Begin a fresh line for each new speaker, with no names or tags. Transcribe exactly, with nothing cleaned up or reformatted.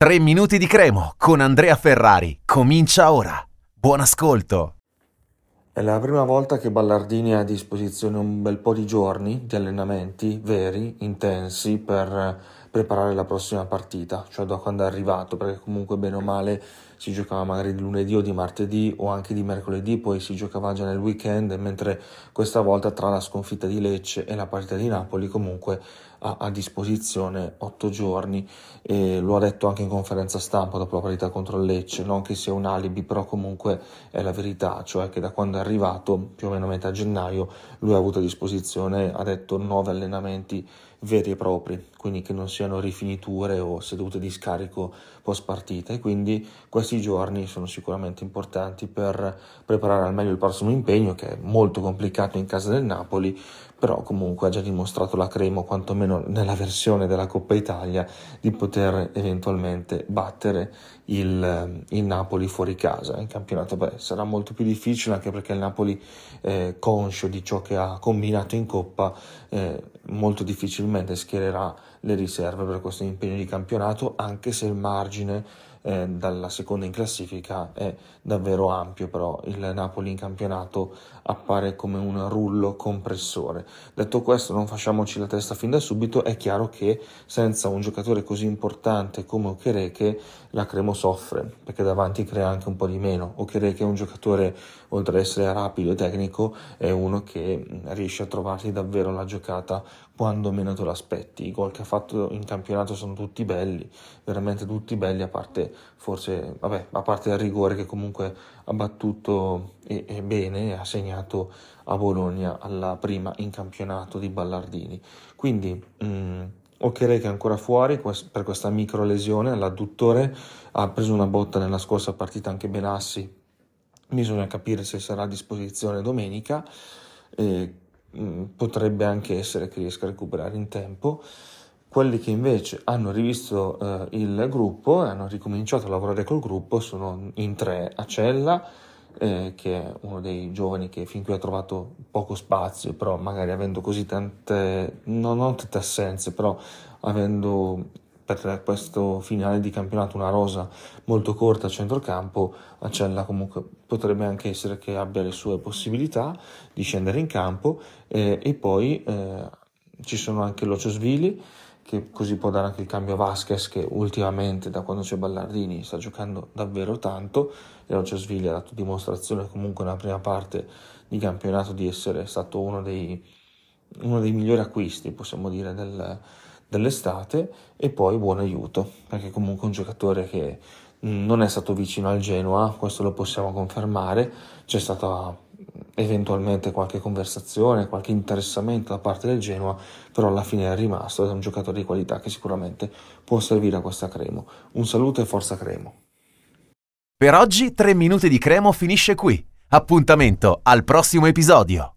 Tre minuti di Cremo con Andrea Ferrari. Comincia ora. Buon ascolto.
È la prima volta che Ballardini ha a disposizione un bel po' di giorni di allenamenti veri, intensi, per preparare la prossima partita, cioè da quando è arrivato, perché comunque bene o male si giocava magari di lunedì o di martedì o anche di mercoledì, poi si giocava già nel weekend, mentre questa volta tra la sconfitta di Lecce e la partita di Napoli comunque ha a disposizione otto giorni, e lo ha detto anche in conferenza stampa dopo la partita contro il Lecce, non che sia un alibi, però comunque è la verità, cioè che da quando è arrivato più o meno a metà gennaio lui ha avuto a disposizione, ha detto, nove allenamenti veri e propri, quindi che non siano rifiniture o sedute di scarico post partita, e quindi questi giorni sono sicuramente importanti per preparare al meglio il prossimo impegno, che è molto complicato in casa del Napoli, però comunque ha già dimostrato la Cremo, quantomeno nella versione della Coppa Italia, di poter eventualmente battere il, il Napoli fuori casa. In campionato beh, sarà molto più difficile, anche perché il Napoli, eh, conscio di ciò che ha combinato in Coppa, eh, molto difficilmente schiererà le riserve per questo impegno di campionato, anche se il margine eh, dalla seconda in classifica è davvero ampio. Però il Napoli in campionato appare come un rullo compressore. Detto questo, non facciamoci la testa fin da subito, è chiaro che senza un giocatore così importante come Okereke la Cremo soffre, perché davanti crea anche un po' di meno. Okereke è un giocatore, oltre ad essere rapido e tecnico, è uno che riesce a trovarti davvero la giocata quando meno te lo aspetti. I gol che ha fatto in campionato sono tutti belli, veramente tutti belli, a parte forse, vabbè, a parte il rigore che comunque ha battuto e, e bene, ha segnato a Bologna alla prima in campionato di Ballardini. Quindi mh, Okereke è ancora fuori per questa micro lesione all'adduttore, ha preso una botta nella scorsa partita anche Benassi, bisogna capire se sarà a disposizione domenica, e mh, potrebbe anche essere che riesca a recuperare in tempo. Quelli che invece hanno rivisto eh, il gruppo e hanno ricominciato a lavorare col gruppo sono in tre: Acella, eh, che è uno dei giovani che fin qui ha trovato poco spazio, però magari avendo così tante, no, non tante assenze, però avendo per questo finale di campionato una rosa molto corta a centrocampo, Acella comunque potrebbe anche essere che abbia le sue possibilità di scendere in campo, eh, e poi eh, ci sono anche Lociosvili, che così può dare anche il cambio a Vasquez, che ultimamente da quando c'è Ballardini sta giocando davvero tanto, e Lociosvili ha dato dimostrazione comunque nella prima parte di campionato di essere stato uno dei, uno dei migliori acquisti, possiamo dire, del, dell'estate. E poi buon aiuto, perché comunque è un giocatore che non è stato vicino al Genoa, questo lo possiamo confermare. C'è stata eventualmente qualche conversazione, qualche interessamento da parte del Genoa, però alla fine è rimasto ed è un giocatore di qualità che sicuramente può servire a questa Cremo. Un saluto e forza Cremo.
Per oggi tre minuti di Cremo finisce qui. Appuntamento al prossimo episodio.